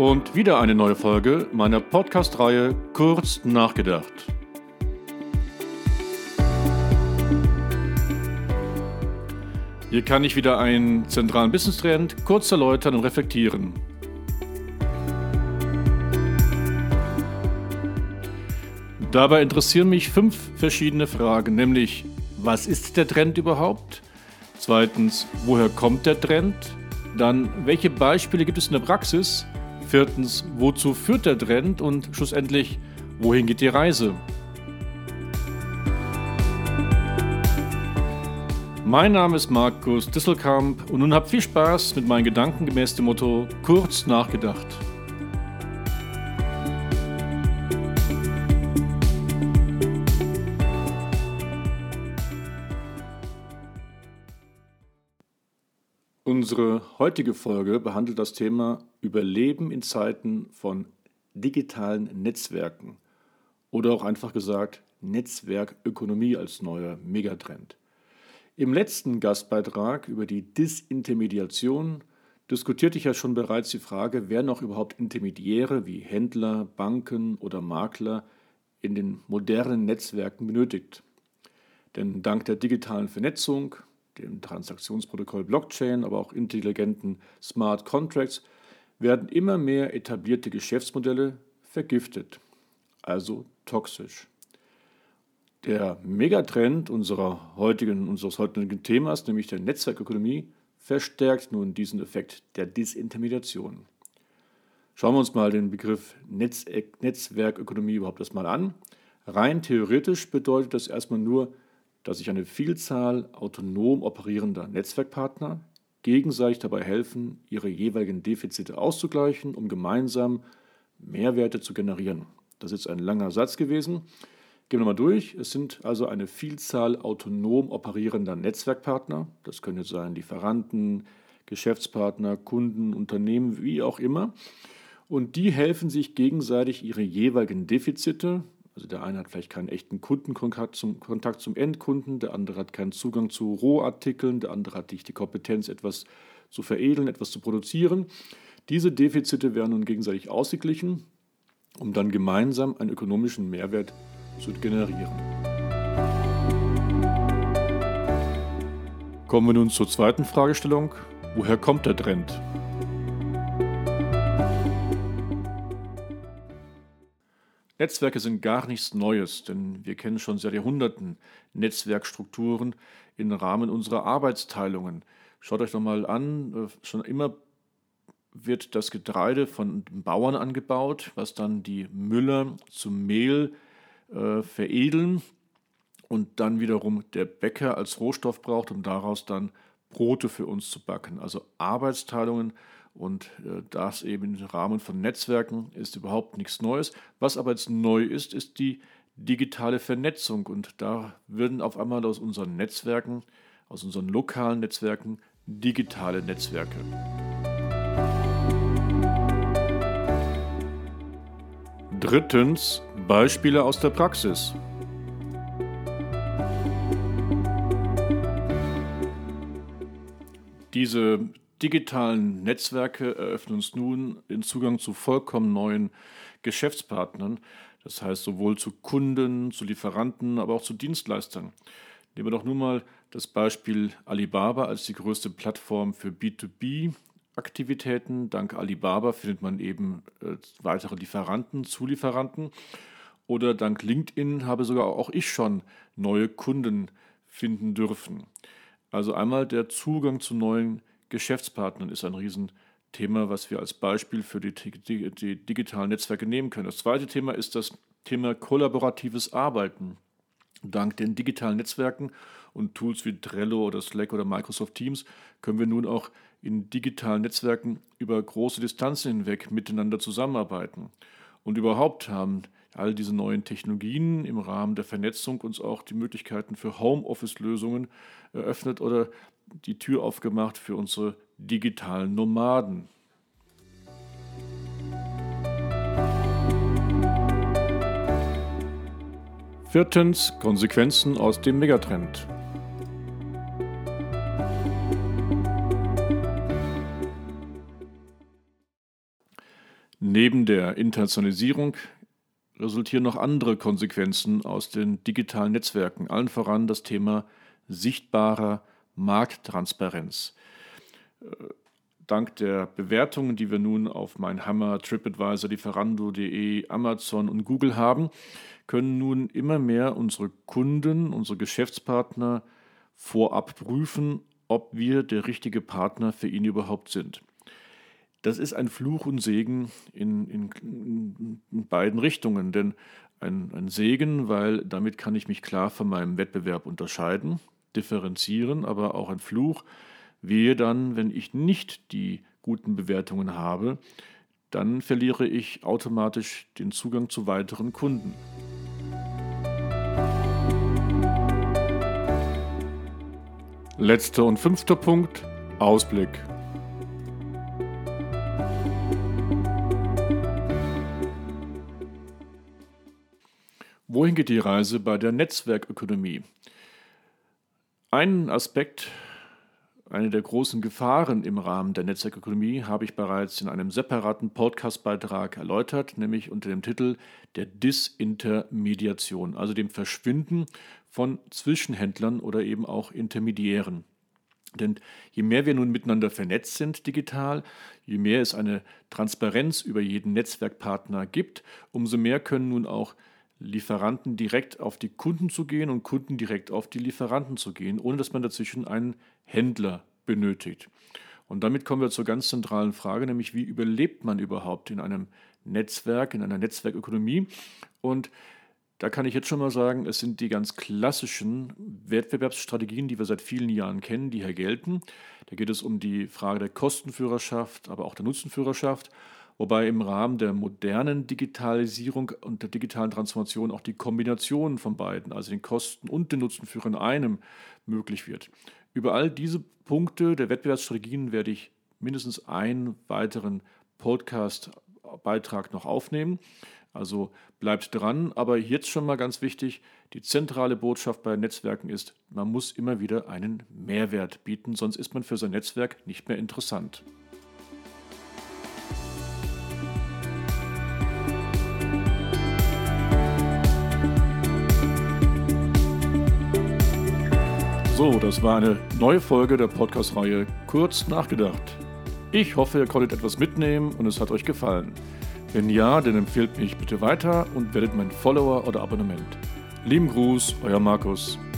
Und wieder eine neue Folge meiner Podcast-Reihe Kurz nachgedacht. Hier kann ich wieder einen zentralen Business-Trend kurz erläutern und reflektieren. Dabei interessieren mich 5 verschiedene Fragen, nämlich: Was ist der Trend überhaupt? Zweitens, woher kommt der Trend? Dann, welche Beispiele gibt es in der Praxis? Viertens, wozu führt der Trend? Und schlussendlich, wohin geht die Reise? Mein Name ist Markus Disselkamp und nun habt viel Spaß mit meinen Gedanken gemäß dem Motto Kurz nachgedacht. Unsere heutige Folge behandelt das Thema Überleben in Zeiten von digitalen Netzwerken oder auch einfach gesagt Netzwerkökonomie als neuer Megatrend. Im letzten Gastbeitrag über die Disintermediation diskutierte ich ja schon bereits die Frage, wer noch überhaupt Intermediäre wie Händler, Banken oder Makler in den modernen Netzwerken benötigt. Denn dank der digitalen Vernetzung, dem Transaktionsprotokoll Blockchain, aber auch intelligenten Smart Contracts, werden immer mehr etablierte Geschäftsmodelle vergiftet, also toxisch. Der Megatrend unseres heutigen Themas, nämlich der Netzwerkökonomie, verstärkt nun diesen Effekt der Disintermediation. Schauen wir uns mal den Begriff Netzwerkökonomie überhaupt erstmal an. Rein theoretisch bedeutet das erstmal nur, dass sich eine Vielzahl autonom operierender Netzwerkpartner gegenseitig dabei helfen, ihre jeweiligen Defizite auszugleichen, um gemeinsam Mehrwerte zu generieren. Das ist ein langer Satz gewesen. Gehen wir mal durch. Es sind also eine Vielzahl autonom operierender Netzwerkpartner. Das können jetzt sein Lieferanten, Geschäftspartner, Kunden, Unternehmen, wie auch immer. Und die helfen sich gegenseitig ihre jeweiligen Defizite. Also der eine hat vielleicht keinen echten Kundenkontakt zum Endkunden, der andere hat keinen Zugang zu Rohartikeln, der andere hat nicht die Kompetenz, etwas zu veredeln, etwas zu produzieren. Diese Defizite werden nun gegenseitig ausgeglichen, um dann gemeinsam einen ökonomischen Mehrwert zu generieren. Kommen wir nun zur zweiten Fragestellung. Woher kommt der Trend? Netzwerke sind gar nichts Neues, denn wir kennen schon seit Jahrhunderten Netzwerkstrukturen im Rahmen unserer Arbeitsteilungen. Schaut euch doch mal an, schon immer wird das Getreide von den Bauern angebaut, was dann die Müller zum Mehl veredeln und dann wiederum der Bäcker als Rohstoff braucht, um daraus dann Brote für uns zu backen. Also Arbeitsteilungen und das eben im Rahmen von Netzwerken ist überhaupt nichts Neues. Was aber jetzt neu ist, ist die digitale Vernetzung und da werden auf einmal aus unseren Netzwerken, aus unseren lokalen Netzwerken, digitale Netzwerke. Drittens, Beispiele aus der Praxis. Diese digitalen Netzwerke eröffnen uns nun den Zugang zu vollkommen neuen Geschäftspartnern, das heißt sowohl zu Kunden, zu Lieferanten, aber auch zu Dienstleistern. Nehmen wir doch nun mal das Beispiel Alibaba als die größte Plattform für B2B-Aktivitäten. Dank Alibaba findet man eben weitere Lieferanten, Zulieferanten. Oder dank LinkedIn habe sogar auch ich schon neue Kunden finden dürfen. Also einmal der Zugang zu neuen Geschäftspartnern ist ein Riesenthema, was wir als Beispiel für die digitalen Netzwerke nehmen können. Das zweite Thema ist das Thema kollaboratives Arbeiten. Dank den digitalen Netzwerken und Tools wie Trello oder Slack oder Microsoft Teams können wir nun auch in digitalen Netzwerken über große Distanzen hinweg miteinander zusammenarbeiten. Und überhaupt haben all diese neuen Technologien im Rahmen der Vernetzung uns auch die Möglichkeiten für Homeoffice-Lösungen eröffnet oder die Tür aufgemacht für unsere digitalen Nomaden. Viertens, Konsequenzen aus dem Megatrend. Neben der Internationalisierung resultieren noch andere Konsequenzen aus den digitalen Netzwerken, allen voran das Thema sichtbarer Markttransparenz. Dank der Bewertungen, die wir nun auf Meinhammer, TripAdvisor, Lieferando.de, Amazon und Google haben, können nun immer mehr unsere Kunden, unsere Geschäftspartner vorab prüfen, ob wir der richtige Partner für ihn überhaupt sind. Das ist ein Fluch und Segen in beiden Richtungen, denn ein Segen, weil damit kann ich mich klar von meinem Wettbewerb unterscheiden, differenzieren, aber auch ein Fluch, wehe dann, wenn ich nicht die guten Bewertungen habe, dann verliere ich automatisch den Zugang zu weiteren Kunden. Letzter und 5. Punkt, Ausblick. Wohin geht die Reise bei der Netzwerkökonomie? Einen Aspekt, eine der großen Gefahren im Rahmen der Netzwerkökonomie habe ich bereits in einem separaten Podcast-Beitrag erläutert, nämlich unter dem Titel der Disintermediation, also dem Verschwinden von Zwischenhändlern oder eben auch Intermediären. Denn je mehr wir nun miteinander vernetzt sind digital, je mehr es eine Transparenz über jeden Netzwerkpartner gibt, umso mehr können nun auch Lieferanten direkt auf die Kunden zu gehen und Kunden direkt auf die Lieferanten zu gehen, ohne dass man dazwischen einen Händler benötigt. Und damit kommen wir zur ganz zentralen Frage, nämlich wie überlebt man überhaupt in einem Netzwerk, in einer Netzwerkökonomie? Und da kann ich jetzt schon mal sagen, es sind die ganz klassischen Wettbewerbsstrategien, die wir seit vielen Jahren kennen, die hier gelten. Da geht es um die Frage der Kostenführerschaft, aber auch der Nutzenführerschaft. Wobei im Rahmen der modernen Digitalisierung und der digitalen Transformation auch die Kombination von beiden, also den Kosten und den Nutzenführer in einem, möglich wird. Über all diese Punkte der Wettbewerbsstrategien werde ich mindestens einen weiteren Podcast-Beitrag noch aufnehmen. Also bleibt dran, aber jetzt schon mal ganz wichtig, die zentrale Botschaft bei Netzwerken ist, man muss immer wieder einen Mehrwert bieten, sonst ist man für sein Netzwerk nicht mehr interessant. So, das war eine neue Folge der Podcast-Reihe Kurz nachgedacht. Ich hoffe, ihr konntet etwas mitnehmen und es hat euch gefallen. Wenn ja, dann empfehlt mich bitte weiter und werdet mein Follower oder Abonnement. Lieben Gruß, euer Markus.